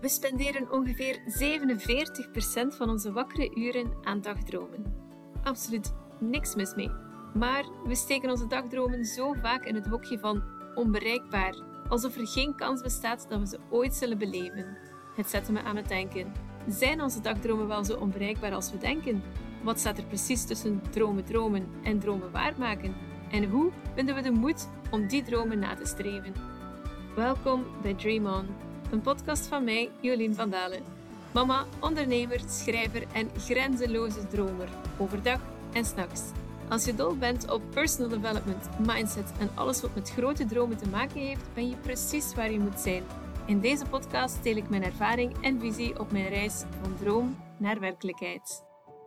We spenderen ongeveer 47% van onze wakkere uren aan dagdromen. Absoluut niks mis mee. Maar we steken onze dagdromen zo vaak in het hokje van onbereikbaar, alsof er geen kans bestaat dat we ze ooit zullen beleven. Het zette me aan het denken. Zijn onze dagdromen wel zo onbereikbaar als we denken? Wat staat er precies tussen dromen en dromen waarmaken? En hoe vinden we de moed om die dromen na te streven? Welkom bij Dream On, een podcast van mij, Jolien van Dalen. Mama, ondernemer, schrijver en grenzeloze dromer, overdag en 's nachts. Als je dol bent op personal development, mindset en alles wat met grote dromen te maken heeft, ben je precies waar je moet zijn. In deze podcast deel ik mijn ervaring en visie op mijn reis van droom naar werkelijkheid.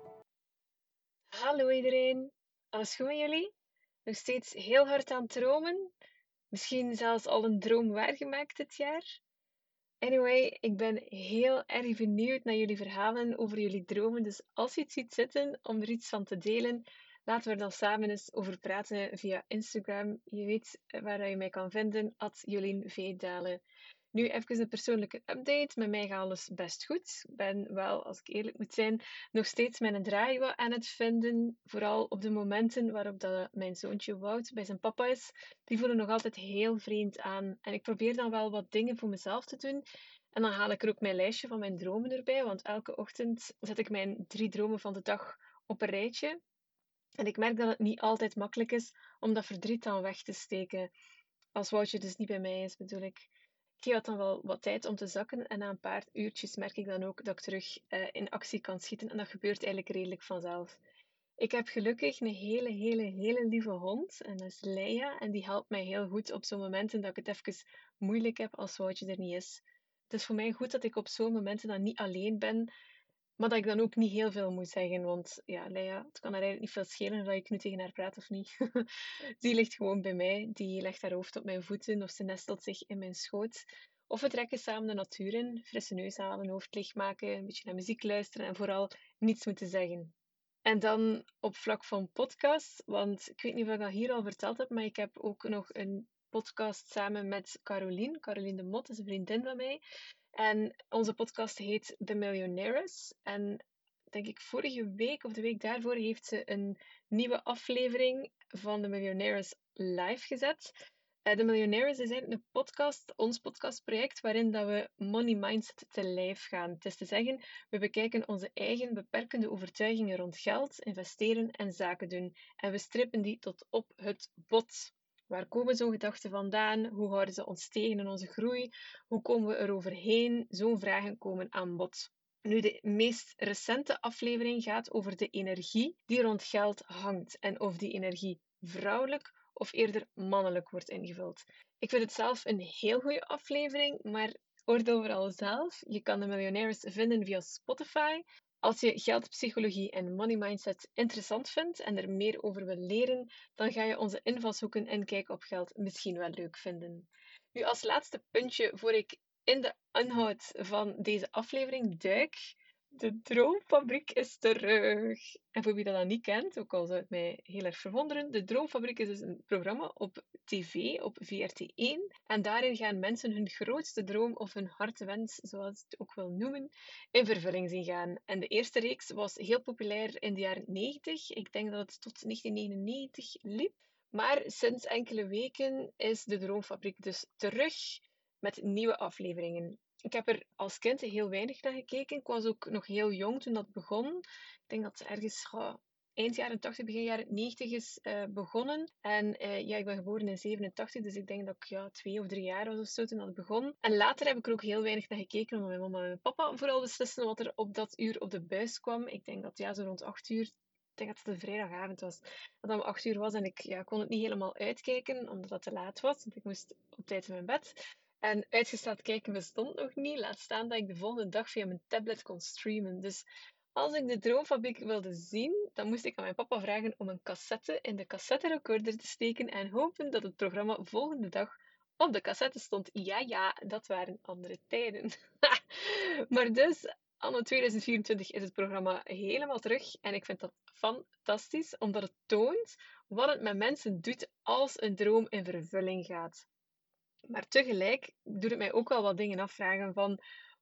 Hallo iedereen, alles goed met jullie? Nog steeds heel hard aan het dromen? Misschien zelfs al een droom waargemaakt dit jaar? Anyway, ik ben heel erg benieuwd naar jullie verhalen over jullie dromen. Dus als je het ziet zitten om er iets van te delen, laten we er dan samen eens over praten via Instagram. Je weet waar je mij kan vinden, @JolienV.Dalen. Nu even een persoonlijke update. Met mij gaat alles best goed. Ik ben wel, als ik eerlijk moet zijn, nog steeds mijn draai wat aan het vinden. Vooral op de momenten waarop dat mijn zoontje Wout bij zijn papa is. Die voelen nog altijd heel vreemd aan. En ik probeer dan wel wat dingen voor mezelf te doen. En dan haal ik er ook mijn lijstje van mijn dromen erbij. Want elke ochtend zet ik mijn 3 dromen van de dag op een rijtje. En ik merk dat het niet altijd makkelijk is om dat verdriet dan weg te steken. Als Woutje dus niet bij mij is, bedoel ik. Ik geef het dan wel wat tijd om te zakken. En na een paar uurtjes merk ik dan ook dat ik terug in actie kan schieten. En dat gebeurt eigenlijk redelijk vanzelf. Ik heb gelukkig een hele lieve hond. En dat is Leia. En die helpt mij heel goed op zo'n momenten dat ik het even moeilijk heb als Woutje er niet is. Het is voor mij goed dat ik op zo'n momenten dan niet alleen ben. Maar dat ik dan ook niet heel veel moet zeggen. Want ja, Leia, het kan haar eigenlijk niet veel schelen of ik nu tegen haar praat of niet. Die ligt gewoon bij mij. Die legt haar hoofd op mijn voeten of ze nestelt zich in mijn schoot. Of we trekken samen de natuur in. Frisse neus halen, hoofd licht maken, een beetje naar muziek luisteren en vooral niets moeten zeggen. En dan op vlak van podcast, want ik weet niet of ik dat hier al verteld heb, maar ik heb ook nog een podcast samen met Caroline. Caroline de Mot is een vriendin van mij. En onze podcast heet The Millionaires. En denk ik vorige week of de week daarvoor heeft ze een nieuwe aflevering van The Millionaires live gezet. The Millionaires is eigenlijk een podcast, ons podcastproject, waarin dat we money mindset te lijf gaan. Het is te zeggen, we bekijken onze eigen beperkende overtuigingen rond geld, investeren en zaken doen. En we strippen die tot op het bot. Waar komen zo'n gedachten vandaan? Hoe houden ze ons tegen in onze groei? Hoe komen we er overheen? Zo'n vragen komen aan bod. Nu, de meest recente aflevering gaat over de energie die rond geld hangt en of die energie vrouwelijk of eerder mannelijk wordt ingevuld. Ik vind het zelf een heel goede aflevering, maar oordeel vooral zelf. Je kan de Millionaires vinden via Spotify. Als je geldpsychologie en money mindset interessant vindt en er meer over wil leren, dan ga je onze invalshoeken en kijk op geld misschien wel leuk vinden. Nu, als laatste puntje voor ik in de inhoud van deze aflevering duik. De Droomfabriek is terug. En voor wie dat dan niet kent, ook al zou het mij heel erg verwonderen, de Droomfabriek is dus een programma op tv, op VRT1. En daarin gaan mensen hun grootste droom of hun hartewens, zoals ze het ook wil noemen, in vervulling zien gaan. En de eerste reeks was heel populair in de jaren 90. Ik denk dat het tot 1999 liep. Maar sinds enkele weken is de Droomfabriek dus terug met nieuwe afleveringen. Ik heb er als kind heel weinig naar gekeken. Ik was ook nog heel jong toen dat begon. Ik denk dat het ergens eind jaren 80, begin jaren 90 is begonnen. En ja, ik ben geboren in 87, dus ik denk dat ik 2 of 3 jaar was of zo toen dat begon. En later heb ik er ook heel weinig naar gekeken, omdat mijn mama en mijn papa vooral beslissen wat er op dat uur op de buis kwam. Ik denk dat zo rond 8 uur, ik denk dat het een vrijdagavond was, dat het om 8 uur was en ik kon het niet helemaal uitkijken, omdat het te laat was. Want ik moest op tijd in mijn bed. En uitgesteld kijken bestond nog niet. Laat staan dat ik de volgende dag via mijn tablet kon streamen. Dus als ik de Droomfabriek wilde zien, dan moest ik aan mijn papa vragen om een cassette in de cassetterecorder te steken en hopen dat het programma volgende dag op de cassette stond. Ja, dat waren andere tijden. Maar dus, anno 2024 is het programma helemaal terug. En ik vind dat fantastisch, omdat het toont wat het met mensen doet als een droom in vervulling gaat. Maar tegelijk doet het mij ook wel wat dingen afvragen van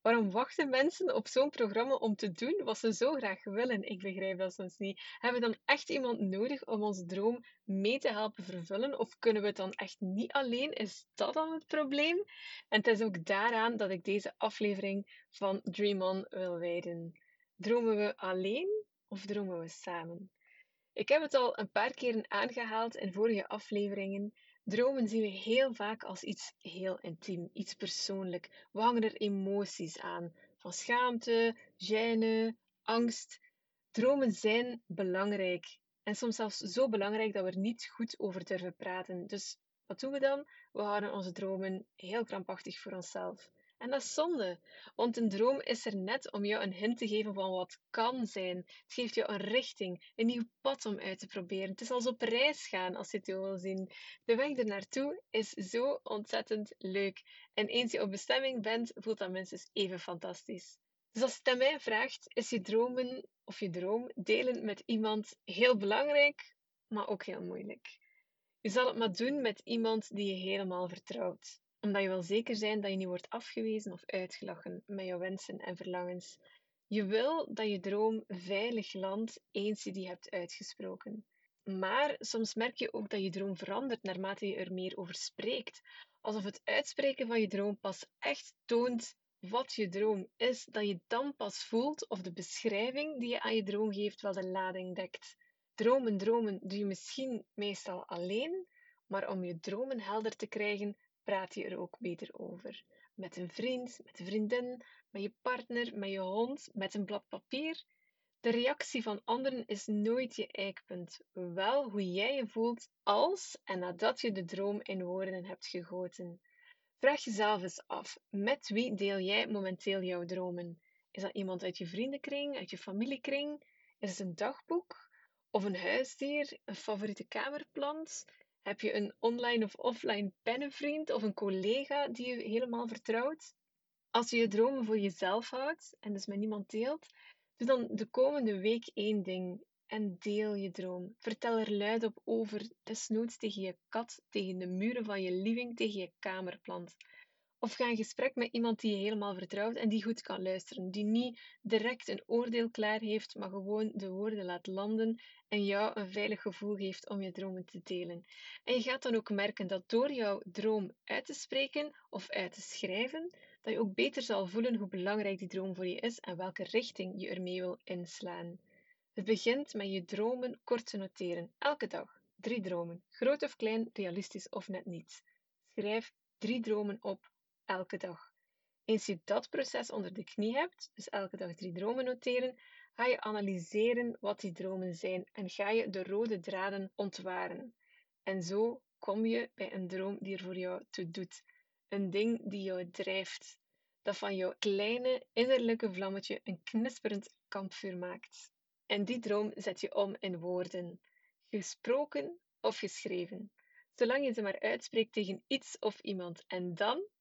Waarom wachten mensen op zo'n programma om te doen wat ze zo graag willen? Ik begrijp dat soms niet. Hebben we dan echt iemand nodig om onze droom mee te helpen vervullen? Of kunnen we het dan echt niet alleen? Is dat dan het probleem? En het is ook daaraan dat ik deze aflevering van Dream On wil wijden. Dromen we alleen of dromen we samen? Ik heb het al een paar keren aangehaald in vorige afleveringen. Dromen zien we heel vaak als iets heel intiem, iets persoonlijk. We hangen er emoties aan, van schaamte, gêne, angst. Dromen zijn belangrijk en soms zelfs zo belangrijk dat we er niet goed over durven praten. Dus wat doen we dan? We houden onze dromen heel krampachtig voor onszelf. En dat is zonde, want een droom is er net om jou een hint te geven van wat kan zijn. Het geeft jou een richting, een nieuw pad om uit te proberen. Het is als op reis gaan als je het zo wil zien. De weg ernaartoe is zo ontzettend leuk. En eens je op bestemming bent, voelt dat minstens even fantastisch. Dus als je het aan mij vraagt, is je dromen of je droom delen met iemand heel belangrijk, maar ook heel moeilijk. Je zal het maar doen met iemand die je helemaal vertrouwt, omdat je wil zeker zijn dat je niet wordt afgewezen of uitgelachen met jouw wensen en verlangens. Je wil dat je droom veilig landt eens je die hebt uitgesproken. Maar soms merk je ook dat je droom verandert naarmate je er meer over spreekt. Alsof het uitspreken van je droom pas echt toont wat je droom is, dat je dan pas voelt of de beschrijving die je aan je droom geeft wel de lading dekt. Dromen doe je misschien meestal alleen, maar om je dromen helder te krijgen, praat je er ook beter over. Met een vriend, met een vriendin, met je partner, met je hond, met een blad papier. De reactie van anderen is nooit je eikpunt, wel hoe jij je voelt als en nadat je de droom in woorden hebt gegoten. Vraag jezelf eens af, met wie deel jij momenteel jouw dromen? Is dat iemand uit je vriendenkring, uit je familiekring? Is het een dagboek? Of een huisdier, een favoriete kamerplant? Heb je een online of offline pennenvriend of een collega die je helemaal vertrouwt? Als je je dromen voor jezelf houdt en dus met niemand deelt, doe dan de komende week één ding en deel je droom. Vertel er luidop over, desnoods tegen je kat, tegen de muren van je living, tegen je kamerplant. Of ga in gesprek met iemand die je helemaal vertrouwt en die goed kan luisteren, die niet direct een oordeel klaar heeft, maar gewoon de woorden laat landen en jou een veilig gevoel geeft om je dromen te delen. En je gaat dan ook merken dat door jouw droom uit te spreken of uit te schrijven, dat je ook beter zal voelen hoe belangrijk die droom voor je is en welke richting je ermee wil inslaan. Het begint met je dromen kort te noteren. Elke dag 3 dromen, groot of klein, realistisch of net niet. Schrijf 3 dromen op, elke dag. Eens je dat proces onder de knie hebt, dus elke dag 3 dromen noteren, ga je analyseren wat die dromen zijn en ga je de rode draden ontwaren. En zo kom je bij een droom die er voor jou toe doet. Een ding die jou drijft, dat van jouw kleine innerlijke vlammetje een knisperend kampvuur maakt. En die droom zet je om in woorden, gesproken of geschreven, zolang je ze maar uitspreekt tegen iets of iemand. En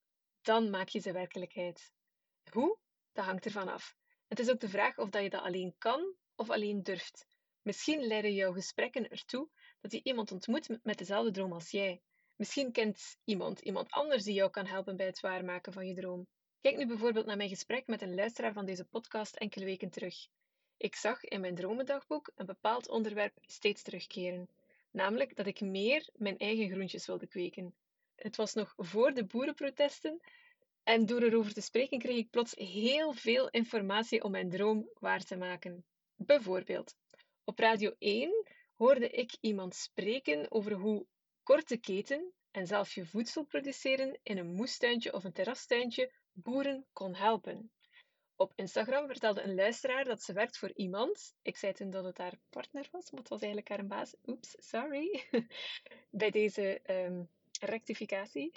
dan maak je ze werkelijkheid. Hoe? Dat hangt ervan af. Het is ook de vraag of dat je dat alleen kan of alleen durft. Misschien leiden jouw gesprekken ertoe dat je iemand ontmoet met dezelfde droom als jij. Misschien kent iemand anders die jou kan helpen bij het waarmaken van je droom. Kijk nu bijvoorbeeld naar mijn gesprek met een luisteraar van deze podcast enkele weken terug. Ik zag in mijn dromendagboek een bepaald onderwerp steeds terugkeren, namelijk dat ik meer mijn eigen groentjes wilde kweken. Het was nog voor de boerenprotesten en door erover te spreken kreeg ik plots heel veel informatie om mijn droom waar te maken. Bijvoorbeeld, op Radio 1 hoorde ik iemand spreken over hoe korte keten en zelf je voedsel produceren in een moestuintje of een terrastuintje boeren kon helpen. Op Instagram vertelde een luisteraar dat ze werkt voor iemand. Ik zei toen dat het haar partner was, maar het was eigenlijk haar baas. Oeps, sorry. Bij deze rectificatie.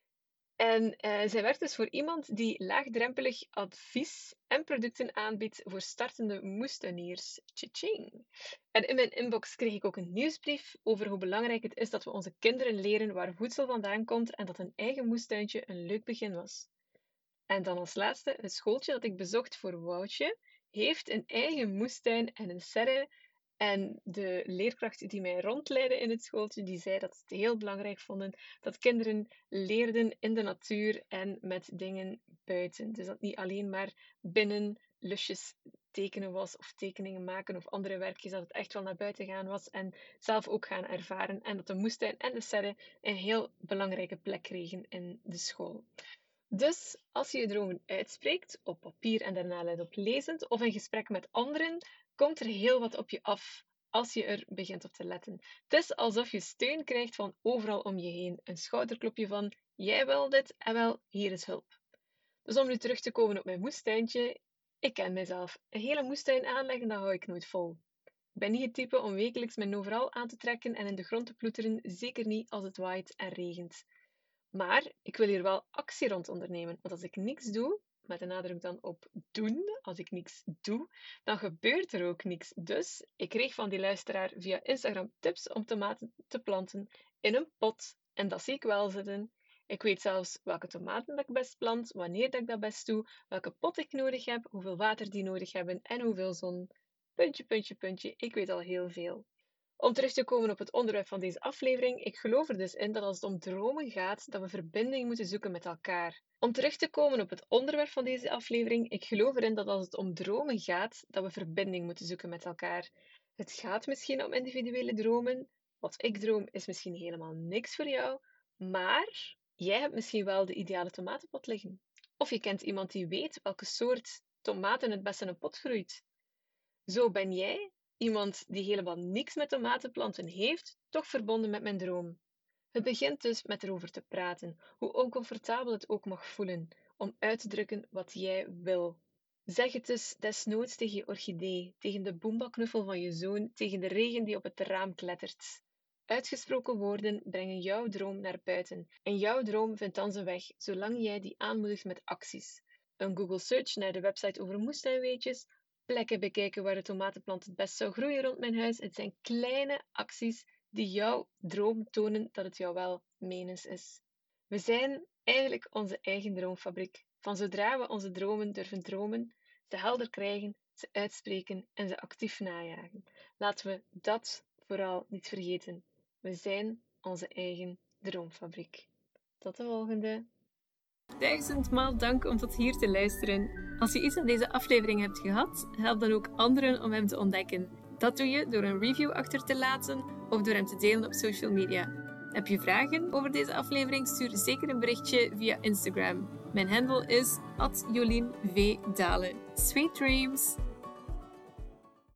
En zij werkt dus voor iemand die laagdrempelig advies en producten aanbiedt voor startende moestuiniers. Tjitjing. En in mijn inbox kreeg ik ook een nieuwsbrief over hoe belangrijk het is dat we onze kinderen leren waar voedsel vandaan komt en dat een eigen moestuintje een leuk begin was. En dan als laatste, het schooltje dat ik bezocht voor Woutje heeft een eigen moestuin en een serre En de leerkracht die mij rondleidde in het schooltje, die zei dat ze het heel belangrijk vonden dat kinderen leerden in de natuur en met dingen buiten. Dus dat niet alleen maar binnen lusjes tekenen was of tekeningen maken of andere werkjes, dat het echt wel naar buiten gaan was en zelf ook gaan ervaren. En dat de moestuin en de serre een heel belangrijke plek kregen in de school. Dus als je je dromen uitspreekt, op papier en daarna luidop lezend, of in gesprek met anderen, komt er heel wat op je af als je er begint op te letten. Het is alsof je steun krijgt van overal om je heen. Een schouderklopje van, jij wil dit en wel, hier is hulp. Dus om nu terug te komen op mijn moestuintje, ik ken mezelf. Een hele moestuin aanleggen, dat hou ik nooit vol. Ik ben niet het type om wekelijks mijn overal aan te trekken en in de grond te ploeteren, zeker niet als het waait en regent. Maar ik wil hier wel actie rond ondernemen, want als ik niks doe, met de nadruk dan op doen, als ik niks doe, dan gebeurt er ook niks. Dus ik kreeg van die luisteraar via Instagram tips om tomaten te planten in een pot. En dat zie ik wel zitten. Ik weet zelfs welke tomaten dat ik best plant, wanneer dat ik dat best doe, welke pot ik nodig heb, hoeveel water die nodig hebben en hoeveel zon. Puntje, puntje, puntje. Ik weet al heel veel. Om terug te komen op het onderwerp van deze aflevering, ik geloof er dus in dat als het om dromen gaat, dat we verbinding moeten zoeken met elkaar. Om terug te komen op het onderwerp van deze aflevering, ik geloof erin dat als het om dromen gaat, dat we verbinding moeten zoeken met elkaar. Het gaat misschien om individuele dromen. Wat ik droom is misschien helemaal niks voor jou, maar jij hebt misschien wel de ideale tomatenpot liggen. Of je kent iemand die weet welke soort tomaten het best in een pot groeit. Zo ben jij, iemand die helemaal niks met tomatenplanten heeft, toch verbonden met mijn droom. Het begint dus met erover te praten, hoe oncomfortabel het ook mag voelen, om uit te drukken wat jij wil. Zeg het dus desnoods tegen je orchidee, tegen de boembaknuffel van je zoon, tegen de regen die op het raam klettert. Uitgesproken woorden brengen jouw droom naar buiten en jouw droom vindt dan zijn weg, zolang jij die aanmoedigt met acties. Een Google search naar de website over moestuinweetjes, plekken bekijken waar de tomatenplant het best zou groeien rond mijn huis. Het zijn kleine acties die jouw droom tonen dat het jou wel menens is. We zijn eigenlijk onze eigen droomfabriek. Van zodra we onze dromen durven dromen, ze helder krijgen, ze uitspreken en ze actief najagen. Laten we dat vooral niet vergeten. We zijn onze eigen droomfabriek. Tot de volgende. 1000-maal dank om tot hier te luisteren. Als je iets aan deze aflevering hebt gehad, help dan ook anderen om hem te ontdekken. Dat doe je door een review achter te laten of door hem te delen op social media. Heb je vragen over deze aflevering? Stuur zeker een berichtje via Instagram. Mijn handle is @JolienVDalen. Sweet dreams!